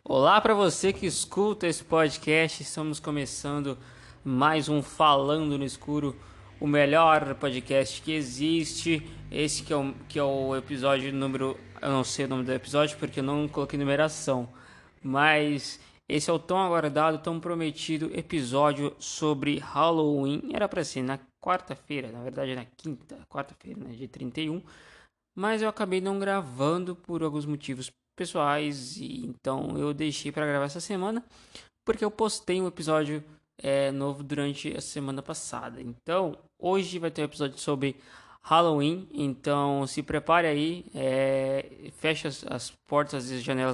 Olá para você que escuta esse podcast. Estamos começando mais um Falando no Escuro, o melhor podcast que existe. Esse que é o episódio número, eu não sei o nome do episódio porque eu não coloquei numeração, mas esse é o tão aguardado, tão prometido episódio sobre Halloween. Era para ser na quarta-feira, na verdade na quarta-feira, né, dia 31, mas eu acabei não gravando por alguns motivos pessoais e então eu deixei para gravar essa semana porque eu postei um episódio novo durante a semana passada. Então hoje vai ter um episódio sobre Halloween, então se prepare aí, feche as portas e as janelas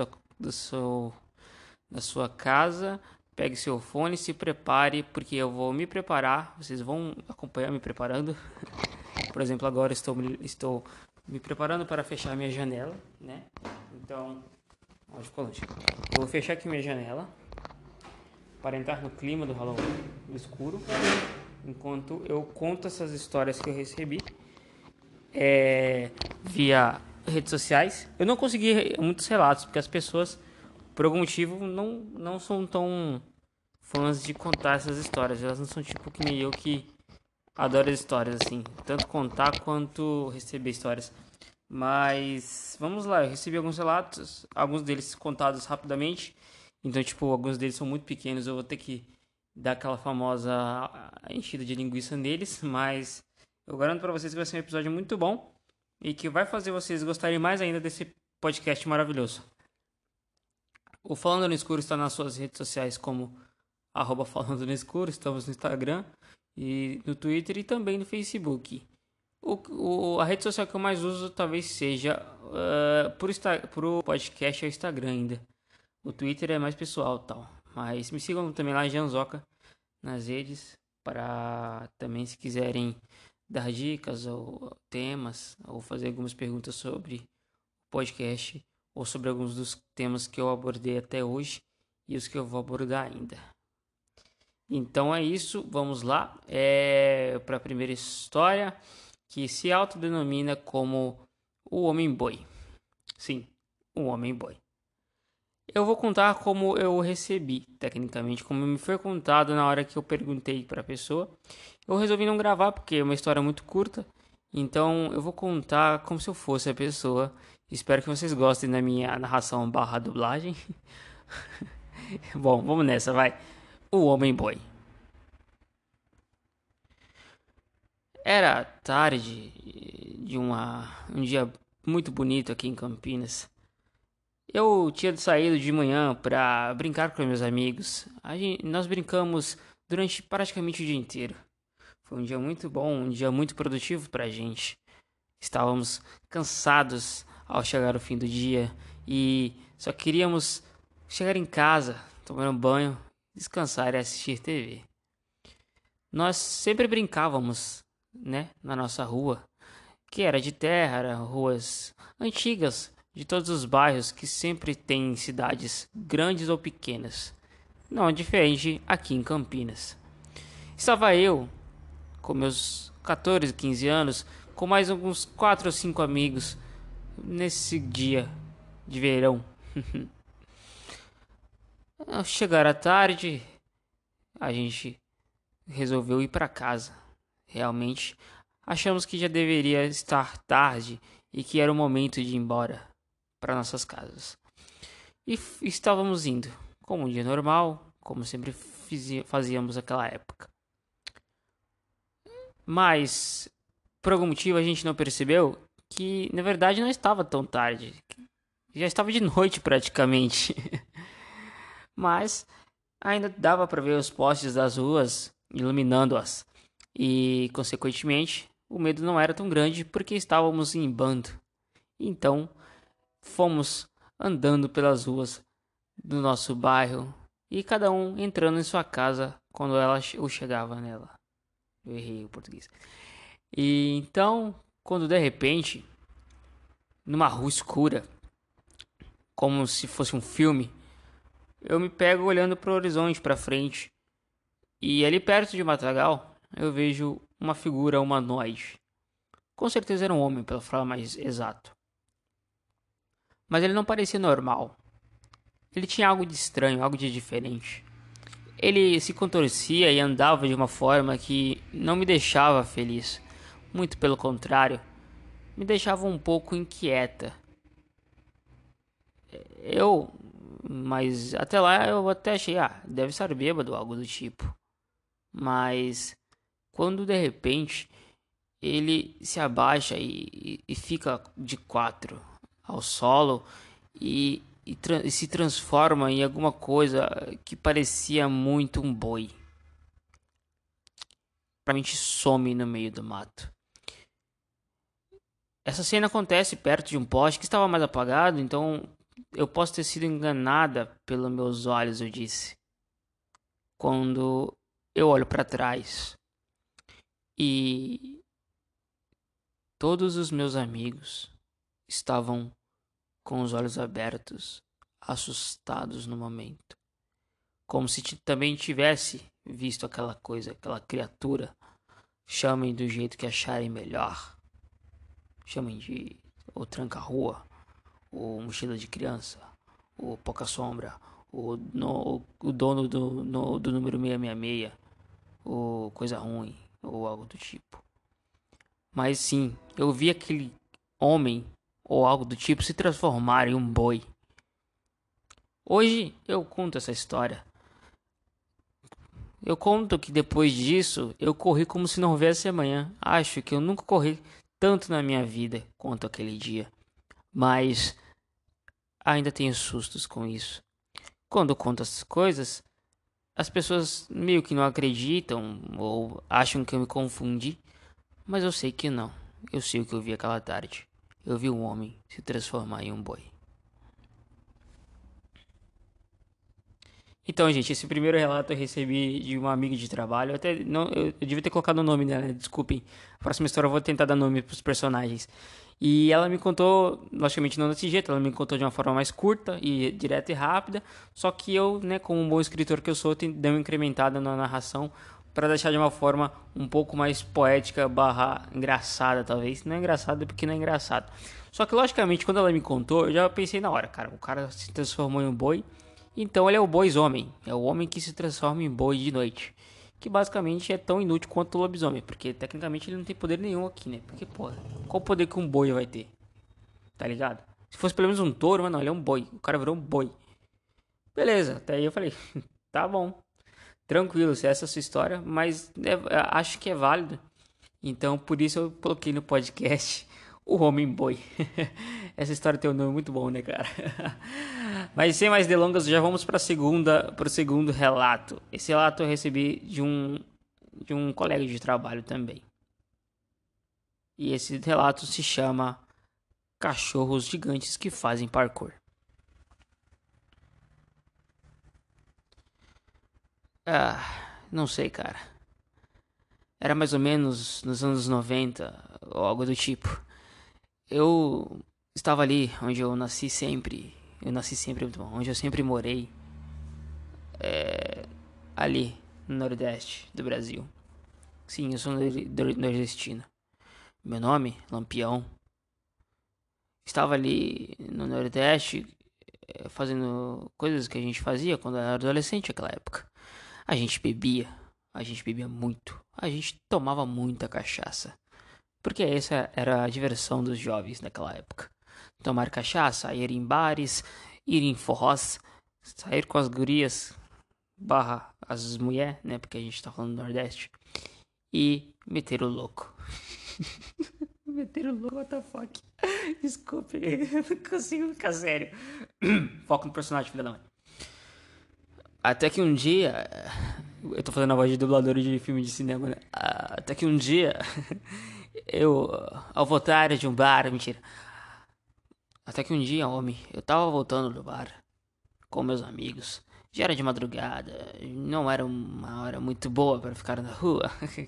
da sua casa, pegue seu fone, se prepare porque eu vou me preparar, vocês vão acompanhar me preparando. Por exemplo, agora estou me preparando para fechar minha janela, né? Então, onde ficou longe? Eu vou fechar aqui minha janela para entrar no clima do Halloween, no escuro, enquanto eu conto essas histórias que eu recebi via redes sociais. Eu não consegui muitos relatos, porque as pessoas, por algum motivo, não são tão fãs de contar essas histórias. Elas não são tipo que nem eu que adoro as histórias, assim, tanto contar quanto receber histórias. Mas vamos lá, eu recebi alguns relatos, alguns deles contados rapidamente. Então, tipo, alguns deles são muito pequenos, eu vou ter que dar aquela famosa enchida de linguiça neles, mas eu garanto pra vocês que vai ser um episódio muito bom e que vai fazer vocês gostarem mais ainda desse podcast maravilhoso. O Falando no Escuro está nas suas redes sociais como @falando no escuro, estamos no Instagram e no Twitter e também no Facebook. A rede social que eu mais uso talvez seja pro podcast é o Instagram ainda. O Twitter é mais pessoal tal. Mas me sigam também lá, Janzoca, nas redes, para também se quiserem dar dicas ou temas, ou fazer algumas perguntas sobre o podcast, ou sobre alguns dos temas que eu abordei até hoje e os que eu vou abordar ainda. Então é isso, vamos lá para a primeira história, que se autodenomina como o Homem-Boi. Sim, o Homem-Boi. Eu vou contar como eu recebi, tecnicamente, como me foi contado na hora que eu perguntei para a pessoa. Eu resolvi não gravar porque é uma história muito curta, então eu vou contar como se eu fosse a pessoa. Espero que vocês gostem da minha narração barra dublagem. Bom, vamos nessa, vai. O Homem-Boi. Era tarde de um dia muito bonito aqui em Campinas. Eu tinha saído de manhã para brincar com meus amigos. Nós brincamos durante praticamente o dia inteiro. Foi um dia muito bom, um dia muito produtivo para a gente. Estávamos cansados ao chegar ao fim do dia e só queríamos chegar em casa, tomar um banho, descansar e assistir TV. Nós sempre brincávamos, né, na nossa rua, que era de terra, eram ruas antigas de todos os bairros que sempre tem em cidades grandes ou pequenas. Não é diferente aqui em Campinas. Estava eu, com meus 14, 15 anos, com mais uns 4 ou 5 amigos, nesse dia de verão. Ao chegar à tarde, a gente resolveu ir para casa. Realmente, achamos que já deveria estar tarde e que era o momento de ir embora para nossas casas. E estávamos indo, como um dia normal, como sempre fazíamos naquela época. Mas, por algum motivo, a gente não percebeu que, na verdade, não estava tão tarde. Já estava de noite praticamente. Mas ainda dava para ver os postes das ruas iluminando-as. E, consequentemente, o medo não era tão grande porque estávamos em bando. Então, fomos andando pelas ruas do nosso bairro e cada um entrando em sua casa quando ela ou chegava nela. Eu errei o português. E então, quando de repente, numa rua escura, como se fosse um filme, eu me pego olhando para o horizonte, para frente, e ali perto de Matagal, eu vejo uma figura humanoide. Com certeza era um homem, pela falar mais exato. Mas ele não parecia normal. Ele tinha algo de estranho, algo de diferente. Ele se contorcia e andava de uma forma que não me deixava feliz. Muito pelo contrário, me deixava um pouco inquieta. Mas até lá eu até achei, deve estar bêbado, algo do tipo. Mas quando de repente ele se abaixa e fica de quatro ao solo e se transforma em alguma coisa que parecia muito um boi. Praticamente some no meio do mato. Essa cena acontece perto de um poste que estava mais apagado, então eu posso ter sido enganada pelos meus olhos, eu disse. Quando eu olho para trás e todos os meus amigos estavam com os olhos abertos, assustados no momento, como se também tivesse visto aquela coisa, aquela criatura. Chamem do jeito que acharem melhor. Chamem de o tranca-rua, o mochila de criança, o poca-sombra, o dono do número 666, ou coisa ruim, ou algo do tipo. Mas sim, eu vi aquele homem, ou algo do tipo, se transformar em um boi. Hoje eu conto essa história. Eu conto que depois disso eu corri como se não houvesse amanhã. Acho que eu nunca corri tanto na minha vida quanto aquele dia. Mas ainda tenho sustos com isso. Quando eu conto essas coisas, as pessoas meio que não acreditam ou acham que eu me confundi, mas eu sei que não. Eu sei o que eu vi aquela tarde. Eu vi um homem se transformar em um boi. Então, gente, esse primeiro relato eu recebi de uma amiga de trabalho. Eu devia ter colocado o nome dela, né? Desculpem. A próxima história eu vou tentar dar nome pros personagens. E ela me contou, logicamente não desse jeito, ela me contou de uma forma mais curta e direta e rápida. Só que eu, né, como um bom escritor que eu sou, dei uma incrementada na narração para deixar de uma forma um pouco mais poética barra engraçada, talvez. Não é engraçado porque não é engraçado. Só que, logicamente, quando ela me contou, eu já pensei na hora, cara, o cara se transformou em um boi. Então ele é o bois-homem, é o homem que se transforma em boi de noite. Que basicamente é tão inútil quanto o lobisomem, porque tecnicamente ele não tem poder nenhum aqui, né? Porque, porra, qual poder que um boi vai ter? Tá ligado? Se fosse pelo menos um touro, mas não, ele é um boi. O cara virou um boi. Beleza, até aí eu falei, tá bom, tranquilo, se essa é a sua história, mas acho que é válido. Então por isso eu coloquei no podcast o Homem Boi. Essa história tem um nome muito bom, né, cara? Mas sem mais delongas, já vamos para o segundo relato. Esse relato eu recebi de um colega de trabalho também. E esse relato se chama Cachorros Gigantes que Fazem Parkour. Não sei, cara. Era mais ou menos nos anos 90 ou algo do tipo. Eu estava ali onde eu nasci sempre. Eu nasci sempre, muito bom. Onde eu sempre morei. Ali, no Nordeste do Brasil. Sim, eu sou nordestino. Meu nome, Lampião. Estava ali no Nordeste fazendo coisas que a gente fazia quando eu era adolescente naquela época. A gente bebia muito, a gente tomava muita cachaça. Porque essa era a diversão dos jovens naquela época. Tomar cachaça, ir em bares, ir em forrós, sair com as gurias, barra as mulheres, né? Porque a gente tá falando do Nordeste. E meter o louco. Meter o louco, what the fuck? Desculpe, eu não consigo ficar sério. Foco no personagem, filha da mãe. Até que um dia. Eu tô fazendo a voz de dublador de filme de cinema, né? Até que um dia. Eu. Ao voltar de um bar. Mentira. Até que um dia, homem, eu tava voltando do bar. Com meus amigos. Já era de madrugada. Não era uma hora muito boa para ficar na rua.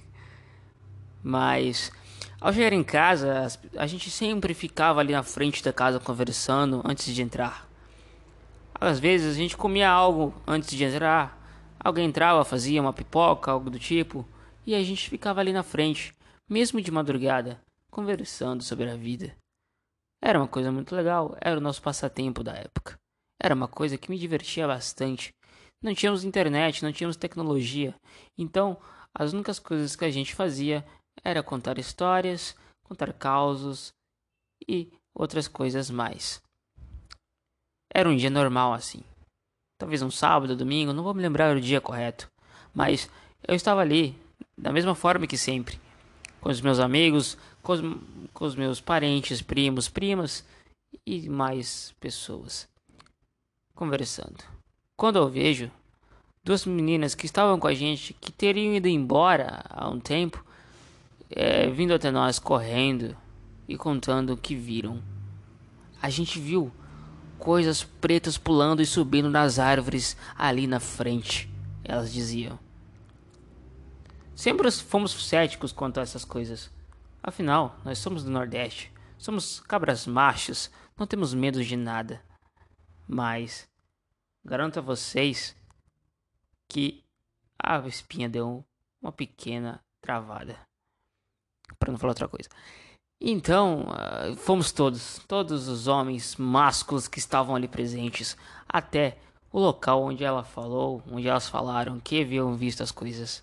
Mas. Ao chegar em casa, a gente sempre ficava ali na frente da casa conversando antes de entrar. Às vezes a gente comia algo antes de entrar. Alguém entrava, fazia uma pipoca, algo do tipo. E a gente ficava ali na frente, mesmo de madrugada, conversando sobre a vida. Era uma coisa muito legal, era o nosso passatempo da época. Era uma coisa que me divertia bastante. Não tínhamos internet, não tínhamos tecnologia. Então, as únicas coisas que a gente fazia era contar histórias, contar causos e outras coisas mais. Era um dia normal assim. Talvez um sábado, domingo, não vou me lembrar o dia correto. Mas eu estava ali, da mesma forma que sempre, com os meus amigos, com os meus parentes, primos, primas e mais pessoas conversando. Quando eu vejo duas meninas que estavam com a gente, que teriam ido embora há um tempo, vindo até nós correndo e contando o que viram. A gente viu coisas pretas pulando e subindo nas árvores ali na frente, elas diziam. Sempre fomos céticos quanto a essas coisas. Afinal, nós somos do Nordeste, somos cabras machos, não temos medo de nada. Mas garanto a vocês que a espinha deu uma pequena travada, para não falar outra coisa. Então, fomos todos os homens másculos que estavam ali presentes, até o local onde ela falou, onde elas falaram que haviam visto as coisas.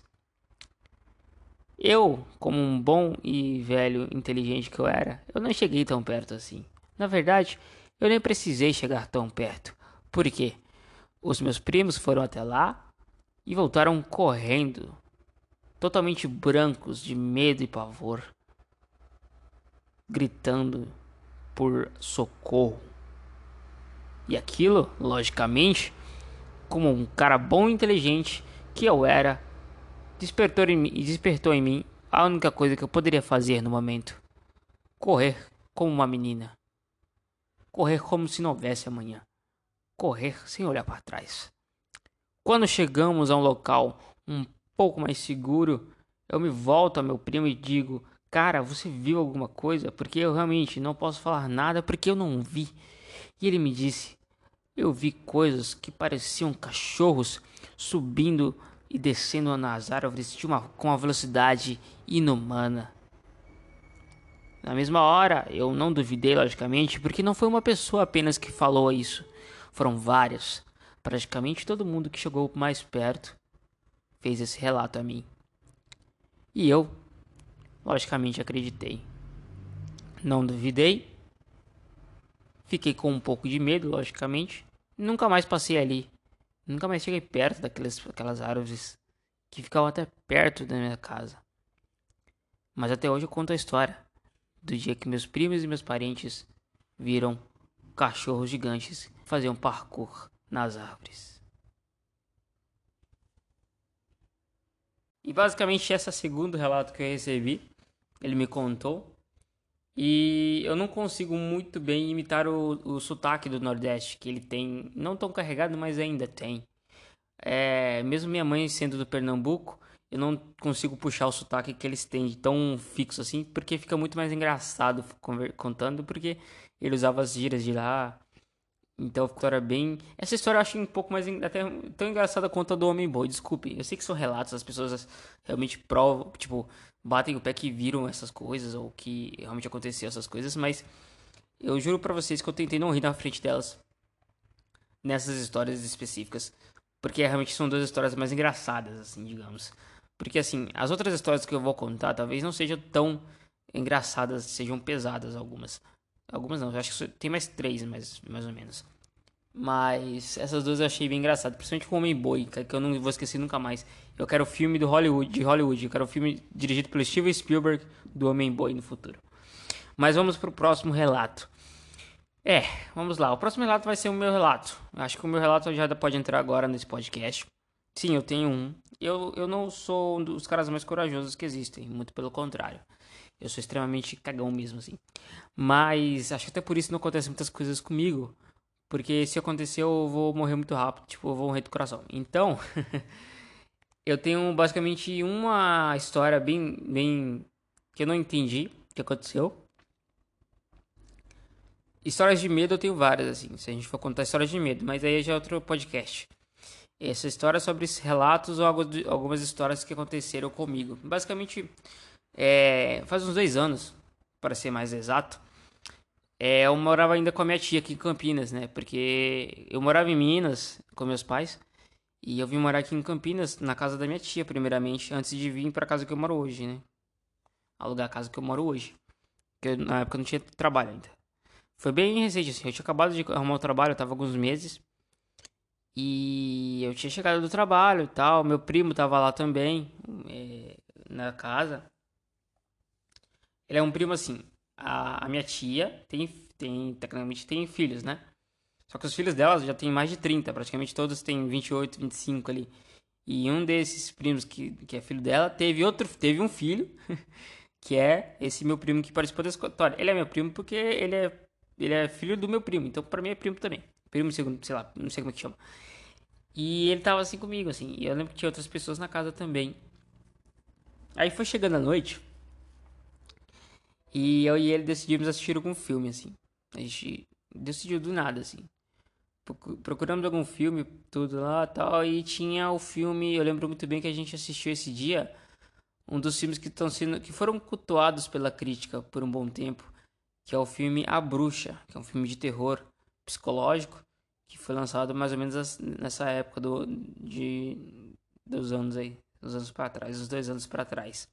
Eu, como um bom e velho inteligente que eu era, eu não cheguei tão perto assim. Na verdade, eu nem precisei chegar tão perto. Por quê? Os meus primos foram até lá e voltaram correndo, totalmente brancos de medo e pavor, gritando por socorro. E aquilo, logicamente, como um cara bom e inteligente que eu era, despertou em mim a única coisa que eu poderia fazer no momento: correr como uma menina, correr como se não houvesse amanhã, correr sem olhar para trás. Quando chegamos a um local um pouco mais seguro, eu me volto a meu primo e digo: cara, você viu alguma coisa? Porque eu realmente não posso falar nada porque eu não vi. E ele me disse: eu vi coisas que pareciam cachorros subindo e descendo nas árvores com uma velocidade inumana. Na mesma hora, eu não duvidei, logicamente, porque não foi uma pessoa apenas que falou isso. Foram várias. Praticamente todo mundo que chegou mais perto fez esse relato a mim. E eu, logicamente, acreditei. Não duvidei. Fiquei com um pouco de medo, logicamente. Nunca mais passei ali. Nunca mais cheguei perto daquelas árvores que ficavam até perto da minha casa. Mas até hoje eu conto a história do dia que meus primos e meus parentes viram cachorros gigantes fazer um parkour nas árvores. E basicamente esse é o segundo relato que eu recebi. Ele me contou. E eu não consigo muito bem imitar o sotaque do Nordeste, que ele tem, não tão carregado, mas ainda tem. Mesmo minha mãe sendo do Pernambuco, eu não consigo puxar o sotaque que eles têm tão fixo assim, porque fica muito mais engraçado contando, porque ele usava as gírias de lá. Então, a história bem. Essa história eu achei um pouco mais. Até tão engraçada quanto a do Homem Boi. Desculpe, eu sei que são relatos, as pessoas realmente provam, tipo, batem o pé que viram essas coisas, ou que realmente aconteceu essas coisas, mas eu juro pra vocês que eu tentei não rir na frente delas nessas histórias específicas. Porque realmente são duas histórias mais engraçadas, assim, digamos. Porque, assim, as outras histórias que eu vou contar talvez não sejam tão engraçadas, sejam pesadas algumas. Algumas não, eu acho que tem mais três, mais ou menos. Mas essas duas eu achei bem engraçado, principalmente com o Homem-Boi, que eu não vou esquecer nunca mais. Eu quero o filme de Hollywood. Eu quero o filme dirigido pelo Steven Spielberg do Homem-Boi no futuro. Mas vamos pro próximo relato. Vamos lá. O próximo relato vai ser o meu relato. Acho que o meu relato já pode entrar agora nesse podcast. Sim, eu tenho um. Eu não sou um dos caras mais corajosos que existem, muito pelo contrário. Eu sou extremamente cagão mesmo, assim. Mas acho que até por isso não acontecem muitas coisas comigo. Porque se acontecer eu vou morrer muito rápido, tipo, eu vou morrer do coração. Então, eu tenho basicamente uma história bem que eu não entendi o que aconteceu. Histórias de medo eu tenho várias, assim, se a gente for contar histórias de medo, mas aí já é outro podcast. Essa história é sobre relatos ou algumas histórias que aconteceram comigo. Basicamente, faz uns 2 anos, para ser mais exato, Eu morava ainda com a minha tia aqui em Campinas, né? Porque eu morava em Minas com meus pais. E eu vim morar aqui em Campinas, na casa da minha tia, primeiramente, antes de vir pra casa que eu moro hoje, né? Alugar a casa que eu moro hoje. Porque na época eu não tinha trabalho ainda. Foi bem recente, assim. Eu tinha acabado de arrumar o trabalho, eu tava alguns meses. E eu tinha chegado do trabalho e tal. Meu primo tava lá também, na casa. Ele é um primo assim. A minha tia tecnicamente tem filhos, né? Só que os filhos dela já tem mais de 30, praticamente todos têm 28, 25 ali. E um desses primos que é filho dela teve um filho, que é esse meu primo que participou da história. Ele é meu primo porque ele é filho do meu primo, então pra mim é primo também. Primo segundo, sei lá, não sei como é que chama. E ele tava assim comigo, assim. E eu lembro que tinha outras pessoas na casa também. Aí foi chegando a noite e eu e ele decidimos assistir algum filme, assim. A gente decidiu do nada, assim. Procuramos algum filme, tudo lá tal. E tinha o filme, eu lembro muito bem que a gente assistiu esse dia. Um dos filmes que foram cultuados pela crítica por um bom tempo, que é o filme A Bruxa, que é um filme de terror psicológico, que foi lançado mais ou menos nessa época dos anos aí, dos anos para trás, dos 2 anos para trás.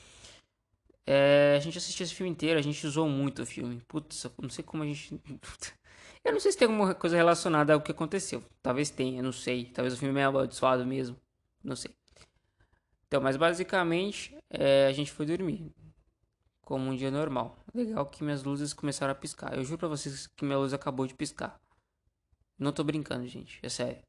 A gente assistiu esse filme inteiro, a gente usou muito o filme. Putz, eu não sei como a gente. Eu não sei se tem alguma coisa relacionada ao que aconteceu. Talvez tenha, eu não sei. Talvez o filme é amaldiçoado mesmo. Não sei. Então, mas basicamente, a gente foi dormir. Como um dia normal. Legal que minhas luzes começaram a piscar. Eu juro pra vocês que minha luz acabou de piscar. Não tô brincando, gente. É sério.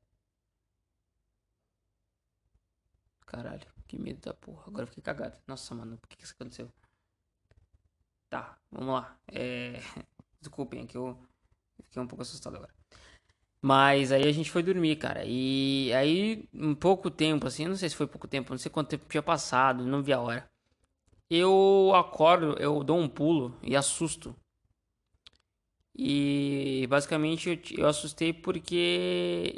Caralho, que medo da porra. Agora eu fiquei cagado. Nossa, mano, por que isso aconteceu? Tá, vamos lá. Desculpem, é que eu fiquei um pouco assustado agora. Mas aí a gente foi dormir, cara. E aí, um pouco tempo, assim, não sei se foi pouco tempo, não sei quanto tempo tinha passado, não vi a hora. Eu acordo, eu dou um pulo e assusto. E basicamente eu assustei porque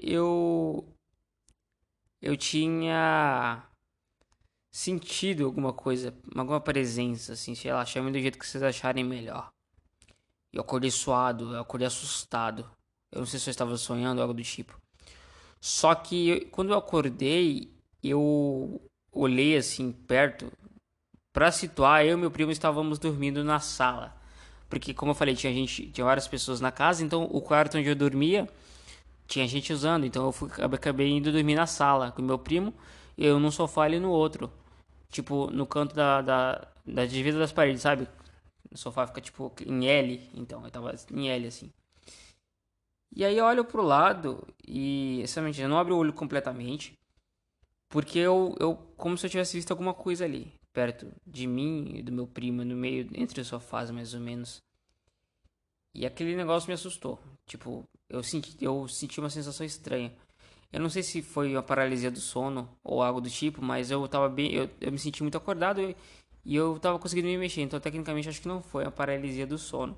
eu tinha sentido alguma coisa, alguma presença, assim, sei lá, chamem do jeito que vocês acharem melhor. Eu acordei suado, eu acordei assustado. Eu não sei se eu estava sonhando ou algo do tipo. Só que quando eu acordei, eu olhei assim perto pra situar, eu e meu primo estávamos dormindo na sala. Porque como eu falei, tinha várias pessoas na casa, então o quarto onde eu dormia tinha gente usando, então acabei indo dormir na sala com meu primo, eu num sofá e ele no outro. Tipo, no canto da divisa das paredes, sabe? O sofá fica tipo em L, então eu tava em L assim. E aí eu olho pro lado e, sinceramente, eu não abro o olho completamente, porque como se eu tivesse visto alguma coisa ali, perto de mim e do meu primo, no meio, entre os sofás mais ou menos. E aquele negócio me assustou. Tipo, eu senti uma sensação estranha. Eu não sei se foi uma paralisia do sono ou algo do tipo, mas eu tava bem. Eu me senti muito acordado e eu tava conseguindo me mexer. Então, tecnicamente, acho que não foi uma paralisia do sono.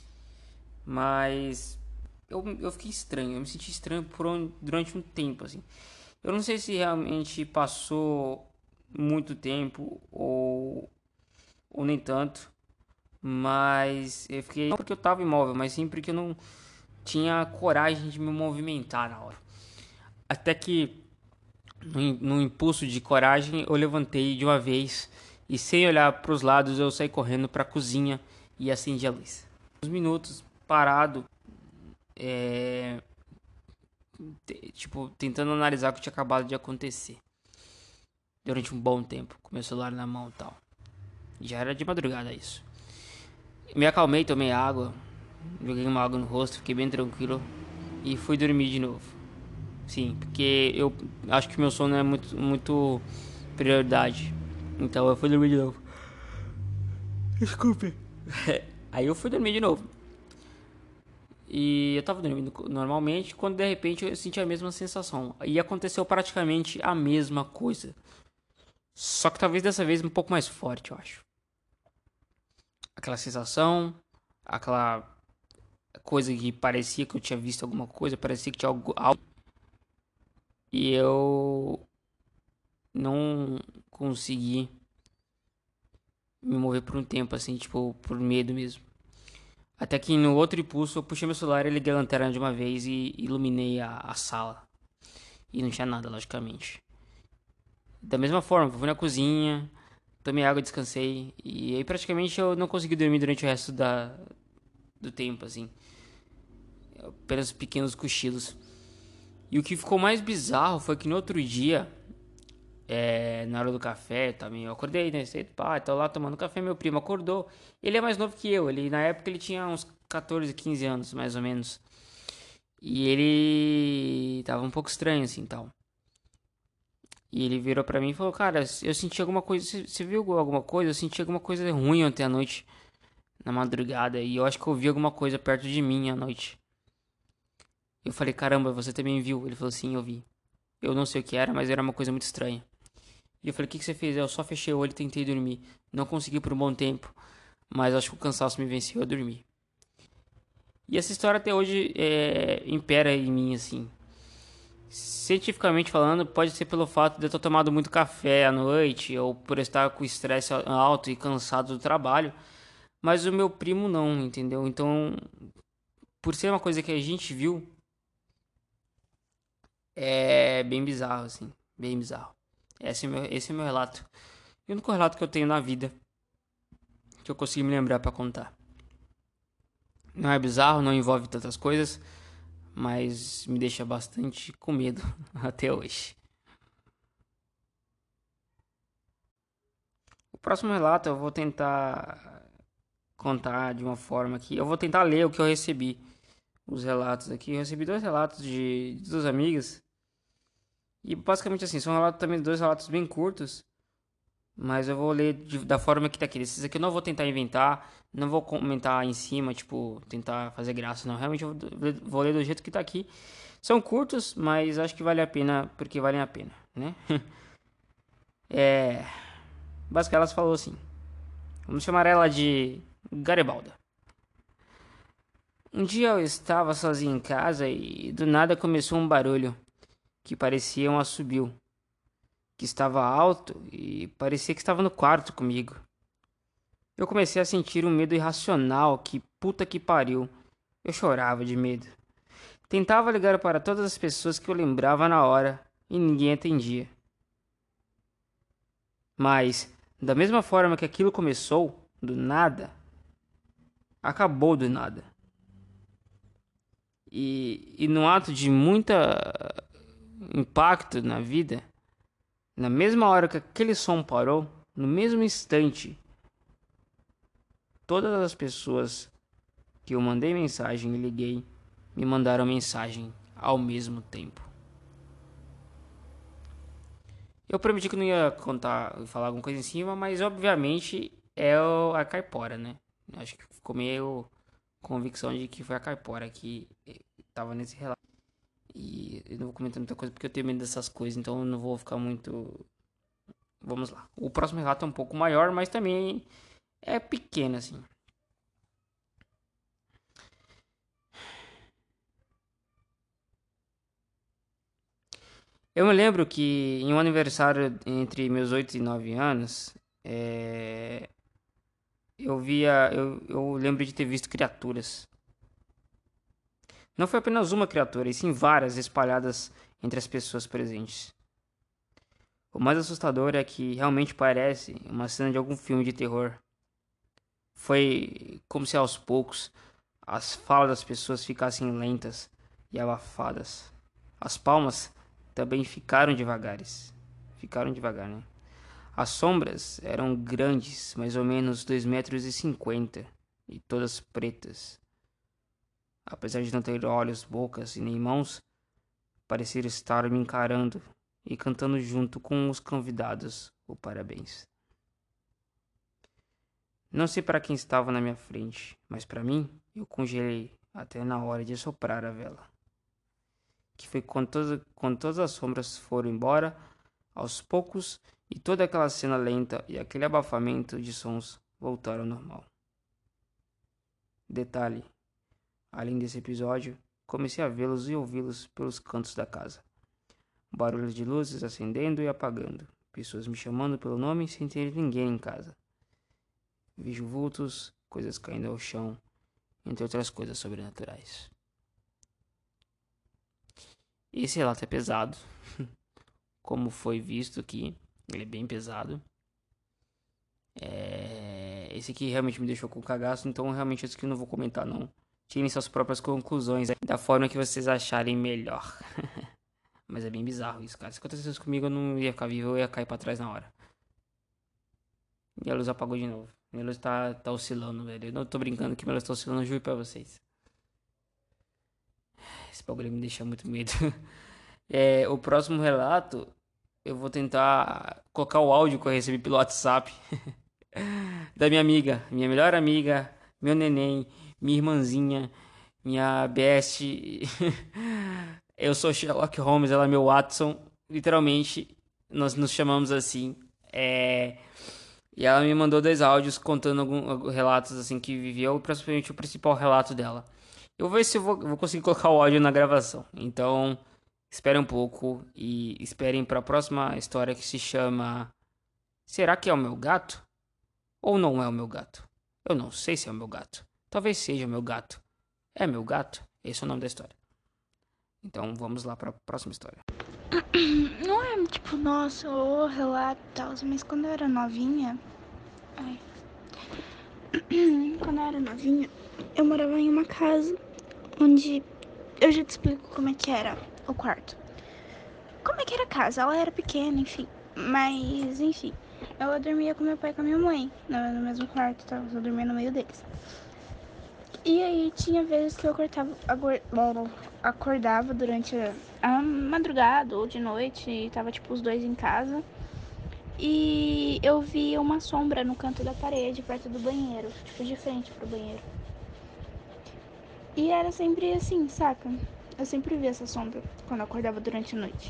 Mas eu fiquei estranho. Eu me senti estranho durante um tempo, assim. Eu não sei se realmente passou muito tempo ou nem tanto. Mas eu fiquei. Não porque eu tava imóvel, mas sim porque eu não tinha coragem de me movimentar na hora. Até que, no impulso de coragem, eu levantei de uma vez e, sem olhar para os lados, eu saí correndo para a cozinha e acendi a luz. Uns minutos parado, é, tipo, tentando analisar o que tinha acabado de acontecer. Durante um bom tempo, com meu celular na mão e tal. Já era de madrugada isso. Me acalmei, tomei água, joguei uma água no rosto, fiquei bem tranquilo e fui dormir de novo. Sim, porque eu acho que meu sono é muito prioridade. Então eu fui dormir de novo. Desculpe. Aí eu fui dormir de novo. E eu tava dormindo normalmente quando de repente eu senti a mesma sensação. E aconteceu praticamente a mesma coisa. Só que talvez dessa vez um pouco mais forte, eu acho. Aquela sensação, aquela coisa que parecia que eu tinha visto alguma coisa, parecia que tinha algo e eu não consegui me mover por um tempo, assim, tipo, por medo mesmo. Até que no outro impulso eu puxei meu celular e liguei a lanterna de uma vez e iluminei a sala. E não tinha nada, logicamente. Da mesma forma, fui na cozinha, tomei água, descansei. E aí praticamente eu não consegui dormir durante o resto do tempo, assim. Apenas pequenos cochilos. E o que ficou mais bizarro foi que no outro dia, na hora do café também, eu acordei, né? Cedo, pá, tô lá tomando café, meu primo acordou. Ele é mais novo que eu, na época ele tinha uns 14, 15 anos, mais ou menos. E ele tava um pouco estranho, assim, tal. E ele virou pra mim e falou, cara, eu senti alguma coisa, você viu alguma coisa? Eu senti alguma coisa ruim ontem à noite, na madrugada, e eu acho que eu vi alguma coisa perto de mim à noite. Eu falei, caramba, você também viu? Ele falou, sim, eu vi. Eu não sei o que era, mas era uma coisa muito estranha. E eu falei, o que você fez? Eu só fechei o olho e tentei dormir. Não consegui por um bom tempo, mas acho que o cansaço me venceu, eu dormi. E essa história até hoje impera em mim, assim. Cientificamente falando, pode ser pelo fato de eu ter tomado muito café à noite ou por estar com estresse alto e cansado do trabalho, mas o meu primo não, entendeu? Então, por ser uma coisa que a gente viu, é bem bizarro, assim, bem bizarro. Esse é meu relato. E o único relato que eu tenho na vida que eu consegui me lembrar pra contar. Não é bizarro, não envolve tantas coisas, mas me deixa bastante com medo até hoje. O próximo relato eu vou tentar contar de uma forma que eu vou tentar ler o que eu recebi, os relatos aqui. Eu recebi dois relatos de duas amigas e basicamente assim, são relatos também dois relatos bem curtos, mas eu vou ler da forma que tá aqui. Esses aqui eu não vou tentar inventar, não vou comentar em cima, tipo, tentar fazer graça, não. Realmente eu vou ler do jeito que tá aqui. São curtos, mas acho que vale a pena porque valem a pena, né? É, basicamente elas falou assim. Vamos chamar ela de Garibalda. Um dia eu estava sozinho em casa e do nada começou um barulho que parecia um assobio, que estava alto e parecia que estava no quarto comigo. Eu comecei a sentir um medo irracional que puta que pariu. Eu chorava de medo. Tentava ligar para todas as pessoas que eu lembrava na hora e ninguém atendia. Mas, da mesma forma que aquilo começou, do nada, acabou do nada. E num ato de muita impacto na vida, na mesma hora que aquele som parou, no mesmo instante, todas as pessoas que eu mandei mensagem e liguei me mandaram mensagem ao mesmo tempo. Eu prometi que não ia contar, falar alguma coisa em cima, mas obviamente é a caipora, né? Acho que ficou meio convicção de que foi a caipora que tava nesse relato. E eu não vou comentar muita coisa porque eu tenho medo dessas coisas, então eu não vou ficar muito. Vamos lá. O próximo relato é um pouco maior, mas também é pequeno, assim. Eu me lembro que em um aniversário entre meus 8 e 9 anos, eu lembro de ter visto criaturas. Não foi apenas uma criatura, e sim várias espalhadas entre as pessoas presentes. O mais assustador é que realmente parece uma cena de algum filme de terror. Foi como se aos poucos as falas das pessoas ficassem lentas e abafadas. As palmas também ficaram devagares. Ficaram devagar, né? As sombras eram grandes, mais ou menos 2,50 metros, e todas pretas. Apesar de não ter olhos, bocas e nem mãos, pareciam estar me encarando e cantando junto com os convidados o parabéns. Não sei para quem estava na minha frente, mas para mim, eu congelei até na hora de soprar a vela. Que foi quando todas as sombras foram embora, aos poucos, e toda aquela cena lenta e aquele abafamento de sons voltaram ao normal. Detalhe: além desse episódio, comecei a vê-los e ouvi-los pelos cantos da casa. Barulhos de luzes acendendo e apagando, pessoas me chamando pelo nome sem ter ninguém em casa. Vejo vultos, coisas caindo ao chão, entre outras coisas sobrenaturais. Esse relato é pesado, como foi visto aqui, ele é bem pesado. Esse aqui realmente me deixou com cagaço, então realmente esse aqui eu não vou comentar não. Tirem suas próprias conclusões da forma que vocês acharem melhor. Mas é bem bizarro isso, cara. Se acontecesse isso comigo, eu não ia ficar vivo, eu ia cair pra trás na hora. E a luz apagou de novo. Minha luz tá oscilando, velho. Eu não tô brincando que minha luz tá oscilando, eu juro pra vocês. Esse bagulho me deixa muito medo. O próximo relato, eu vou tentar colocar o áudio que eu recebi pelo WhatsApp da minha amiga, minha melhor amiga, meu neném, minha irmãzinha, minha best. Eu sou Sherlock Holmes, ela é meu Watson. Literalmente, nós nos chamamos assim. E ela me mandou 2 áudios contando alguns relatos assim que viveu, principalmente o principal relato dela. Eu vou ver se eu vou conseguir colocar o áudio na gravação. Então, esperem um pouco e esperem para a próxima história que se chama Será que é o meu gato? Ou não é o meu gato? Eu não sei se é o meu gato. Talvez seja o meu gato. É meu gato? Esse é o nome da história. Então, vamos lá para a próxima história. Não é tipo, nossa, o relato e tal, mas quando eu era novinha. Ai. Quando eu era novinha, eu morava em uma casa onde. Eu já te explico como é que era o quarto. Como é que era a casa? Ela era pequena, enfim. Mas, enfim. Eu dormia com meu pai e com a minha mãe no mesmo quarto, tá? Eu dormia no meio deles. E aí tinha vezes que eu acordava durante a madrugada ou de noite e tava tipo os dois em casa. E eu via uma sombra no canto da parede, perto do banheiro, tipo de frente pro banheiro. E era sempre assim, saca? Eu sempre via essa sombra quando eu acordava durante a noite.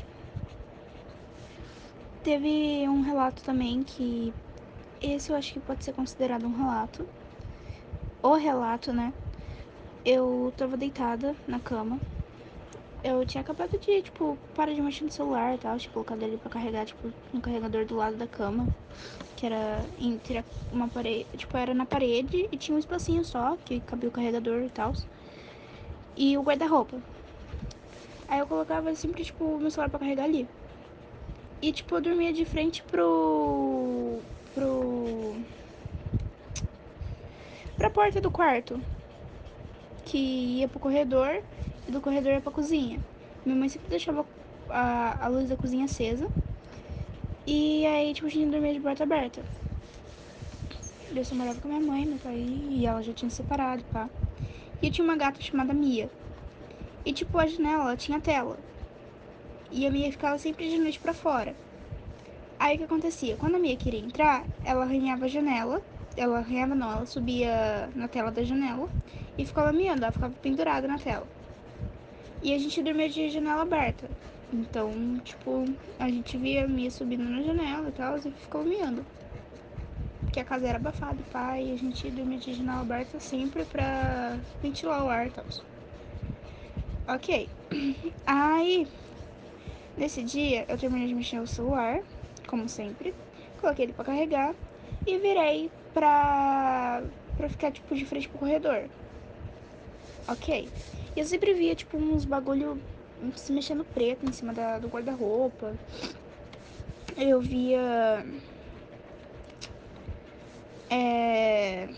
Teve um relato também que esse eu acho que pode ser considerado um relato. O relato, né? Eu tava deitada na cama. Eu tinha acabado de, tipo, parar de mexer no celular e tal, tipo, colocar ele pra carregar, tipo, no carregador do lado da cama. Que era entre uma parede, tipo, era na parede e tinha um espacinho só, que cabia o carregador e tal. E o guarda-roupa. Aí eu colocava sempre, tipo, o meu celular pra carregar ali. E, tipo, eu dormia de frente pra porta do quarto, que ia pro corredor, e do corredor ia pra cozinha. Minha mãe sempre deixava a luz da cozinha acesa. E aí, tipo, a gente dormia de porta aberta. Eu só morava com a minha mãe, meu pai, e ela já tinha se separado, pá. E eu tinha uma gata chamada Mia. E, tipo, a janela tinha tela. E a Mia ficava sempre de noite pra fora. Aí o que acontecia? Quando a Mia queria entrar, ela arranhava a janela. Ela arranhava não, ela subia na tela da janela e ficava miando, ela ficava pendurada na tela. E a gente dormia de janela aberta. Então, tipo, a gente via a Mia subindo na janela e tal, e ficava miando. Porque a casa era abafada, pá, e a gente dormia de janela aberta sempre pra ventilar o ar e tal. Ok. Aí, nesse dia, eu terminei de mexer no celular, como sempre. Coloquei ele pra carregar e virei pra ficar, tipo, de frente pro corredor. Ok. E eu sempre via, tipo, uns bagulho se mexendo preto em cima do guarda-roupa. Eu via. É...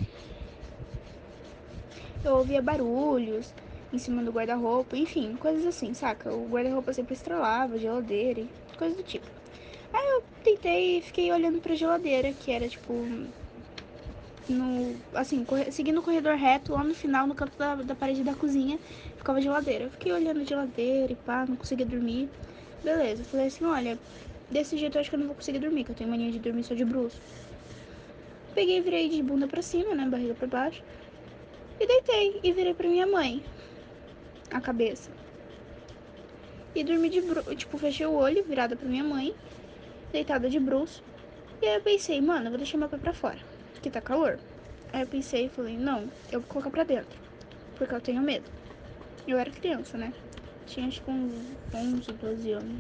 Eu ouvia barulhos em cima do guarda-roupa, enfim, coisas assim, saca? O guarda-roupa sempre estrelava, geladeira e coisas do tipo. Aí eu tentei e fiquei olhando pra geladeira, que era tipo no, assim, seguindo o corredor reto, lá no final, no canto da parede da cozinha, ficava a geladeira. Eu fiquei olhando a geladeira e pá, não conseguia dormir. Beleza, falei assim, olha, desse jeito eu acho que eu não vou conseguir dormir, que eu tenho mania de dormir só de bruxo. Peguei e virei de bunda pra cima, né, barriga pra baixo, e deitei e virei pra minha mãe a cabeça. E dormi de bruxo, tipo, fechei o olho, virada pra minha mãe, deitada de bruxo. E aí eu pensei, mano, eu vou deixar meu pé pra fora, que tá calor. Aí eu pensei e falei, não, eu vou colocar pra dentro, porque eu tenho medo. Eu era criança, né? Tinha acho que uns 11, 12 anos.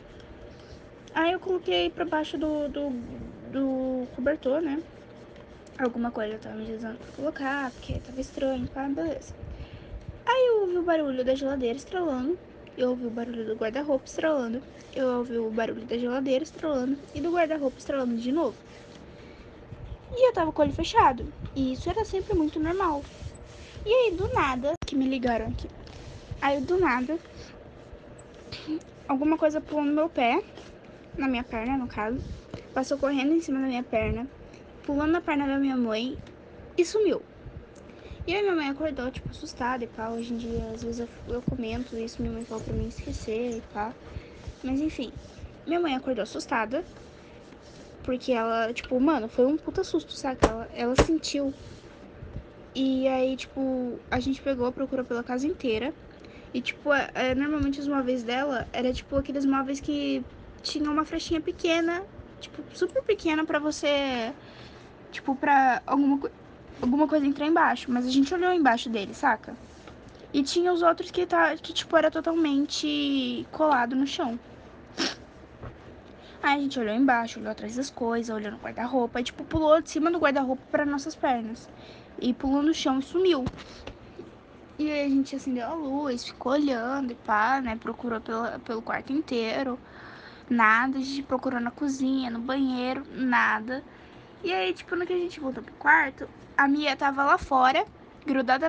Aí eu coloquei pra baixo do cobertor, né? alguma coisa tava me dizendo pra colocar, porque tava estranho, pá, beleza. Aí eu ouvi o barulho da geladeira estralando, eu ouvi o barulho do guarda-roupa estralando, eu ouvi o barulho da geladeira estralando e do guarda-roupa estralando de novo. E eu tava com o olho fechado, e isso era sempre muito normal. E aí, do nada, que me ligaram aqui. Aí, do nada, alguma coisa pulou no meu pé, na minha perna, no caso, passou correndo em cima da minha perna, pulando na perna da minha mãe e sumiu. E aí minha mãe acordou, tipo, assustada e pá. Hoje em dia, às vezes eu comento isso, minha mãe fala pra mim esquecer e pá. Mas enfim, minha mãe acordou assustada, porque ela, tipo, mano, foi um puta susto, saca? Ela sentiu. E aí, tipo, a gente pegou, procurou pela casa inteira. E, tipo, normalmente os móveis dela era, tipo, aqueles móveis que tinham uma frechinha pequena, tipo, super pequena pra você, tipo, pra alguma coisa entrar embaixo. Mas a gente olhou embaixo dele, saca? E tinha os outros que tipo, era totalmente colado no chão. Aí a gente olhou embaixo, olhou atrás das coisas, olhou no guarda-roupa. E, tipo, pulou de cima do guarda-roupa para nossas pernas. E pulou no chão e sumiu. E aí a gente acendeu a luz, ficou olhando e pá, né? Procurou pelo quarto inteiro. Nada. A gente procurou na cozinha, no banheiro, nada. E aí, tipo, no que a gente voltou pro quarto, a Mia tava lá fora, grudada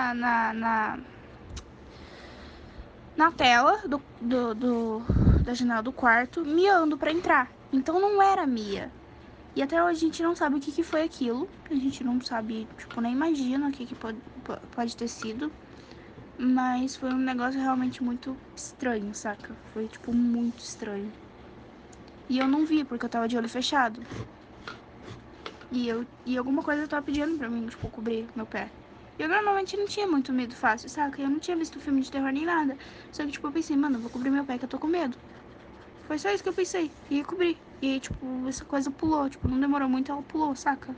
na tela da janela do quarto, miando pra entrar. Então não era Mia. E até hoje a gente não sabe o que foi aquilo. A gente não sabe, tipo, nem imagina o que pode ter sido. Mas foi um negócio realmente muito estranho, saca? Foi, tipo, muito estranho. E eu não vi, porque eu tava de olho fechado. E alguma coisa tava pedindo pra mim, tipo, cobrir meu pé. Eu normalmente não tinha muito medo fácil, saca? Eu não tinha visto filme de terror nem nada. Só que, tipo, eu pensei, mano, eu vou cobrir meu pé que eu tô com medo. Foi só isso que eu pensei. E cobri. E aí, tipo, essa coisa pulou. Tipo, não demorou muito, ela pulou, saca?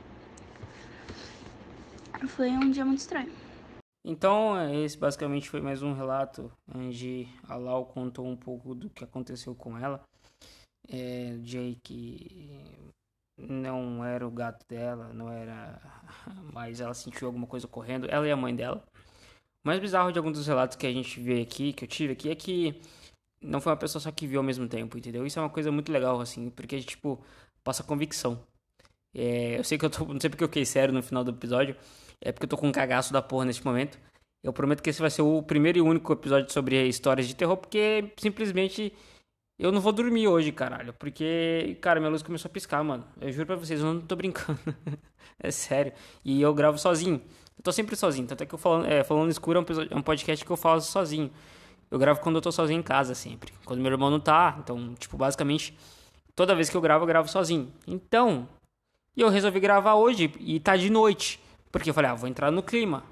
Foi um dia muito estranho. Então, esse basicamente foi mais um relato onde a Lau contou um pouco do que aconteceu com ela. Jay que não era o gato dela, não era, mas ela sentiu alguma coisa correndo, ela e a mãe dela. O mais bizarro de alguns dos relatos que a gente vê aqui, que eu tive aqui, é que não foi uma pessoa só que viu ao mesmo tempo, entendeu? Isso é uma coisa muito legal, assim, porque a gente, tipo, passa convicção. Eu sei que não sei porque eu fiquei sério no final do episódio, é porque eu tô com um cagaço da porra neste momento. Eu prometo que esse vai ser o primeiro e único episódio sobre histórias de terror, porque simplesmente eu não vou dormir hoje, caralho. Porque, cara, minha luz começou a piscar, mano. Eu juro pra vocês, eu não tô brincando. É sério. E eu gravo sozinho. Eu tô sempre sozinho. Tanto é que Falando no Escuro é um podcast que eu falo sozinho. Eu gravo quando eu tô sozinho em casa, sempre. Quando meu irmão não tá. Então, tipo, basicamente, toda vez que eu gravo sozinho. Então, eu resolvi gravar hoje e tá de noite. Porque eu falei, vou entrar no clima.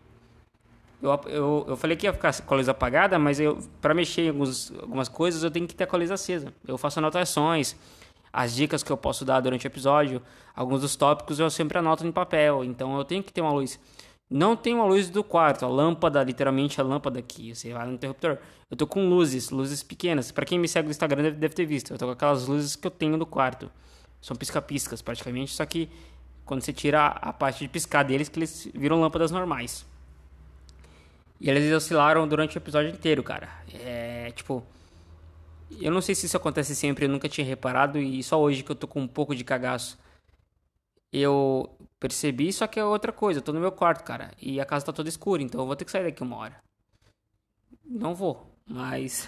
Eu falei que ia ficar com a luz apagada, mas para mexer em algumas coisas eu tenho que ter com a luz acesa. Eu faço anotações, as dicas que eu posso dar durante o episódio, alguns dos tópicos eu sempre anoto em papel, então eu tenho que ter uma luz. Não tem uma luz do quarto, a lâmpada, literalmente a lâmpada aqui, você vai no interruptor. Eu tô com luzes pequenas. Para quem me segue no Instagram deve ter visto. Eu tô com aquelas luzes que eu tenho no quarto. São pisca-piscas praticamente, só que quando você tira a parte de piscar deles, que eles viram lâmpadas normais. E eles oscilaram durante o episódio inteiro, cara. Tipo, eu não sei se isso acontece sempre, eu nunca tinha reparado e só hoje que eu tô com um pouco de cagaço eu percebi, só que é outra coisa, eu tô no meu quarto, cara, e a casa tá toda escura, então eu vou ter que sair daqui uma hora. Não vou, mas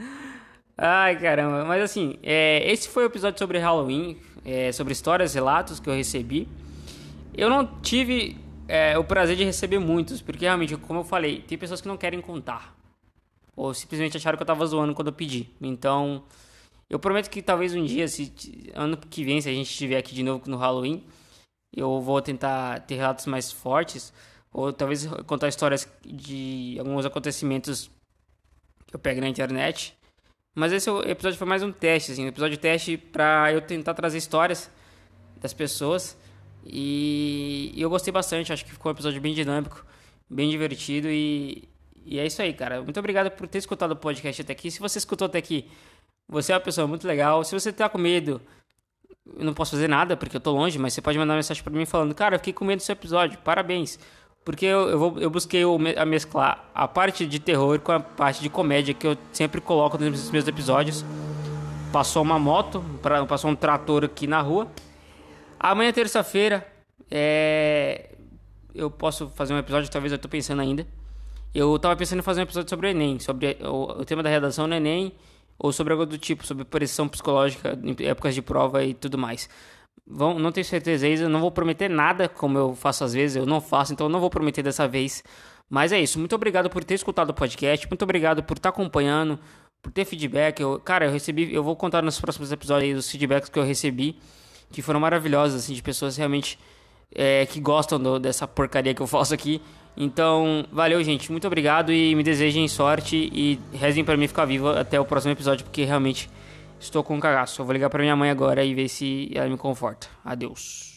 ai, caramba, mas assim, esse foi o episódio sobre Halloween, sobre histórias, relatos que eu recebi. Eu não tive o prazer de receber muitos, porque realmente, como eu falei, tem pessoas que não querem contar. Ou simplesmente acharam que eu tava zoando quando eu pedi. Então, eu prometo que talvez um dia, ano que vem, se a gente estiver aqui de novo no Halloween, eu vou tentar ter relatos mais fortes. Ou talvez contar histórias de alguns acontecimentos que eu pego na internet. Mas esse episódio foi mais um teste, assim, um episódio teste pra eu tentar trazer histórias das pessoas. E eu gostei bastante, acho que ficou um episódio bem dinâmico, bem divertido e é isso aí, cara. Muito obrigado por ter escutado o podcast até aqui. Se você escutou até aqui, você é uma pessoa muito legal. Se você tá com medo, eu não posso fazer nada porque eu tô longe, mas você pode mandar uma mensagem pra mim falando, cara, eu fiquei com medo do seu episódio, parabéns. Porque eu busquei a mesclar a parte de terror com a parte de comédia que eu sempre coloco nos meus episódios. Passou uma moto, passou um trator aqui na rua. Amanhã, terça-feira, eu posso fazer um episódio, talvez eu tô pensando ainda. Eu tava pensando em fazer um episódio sobre o Enem, sobre o tema da redação no Enem, ou sobre algo do tipo, sobre pressão psicológica em épocas de prova e tudo mais. Não tenho certeza, eu não vou prometer nada, como eu faço às vezes, eu não faço, então eu não vou prometer dessa vez. Mas é isso, muito obrigado por ter escutado o podcast, muito obrigado por estar acompanhando, por ter feedback. Eu vou contar nos próximos episódios aí os feedbacks que eu recebi, que foram maravilhosos, assim, de pessoas realmente que gostam dessa porcaria que eu faço aqui. Então, valeu, gente, muito obrigado e me desejem sorte e rezem pra mim ficar vivo até o próximo episódio, porque realmente estou com um cagaço. Eu vou ligar pra minha mãe agora e ver se ela me conforta. Adeus.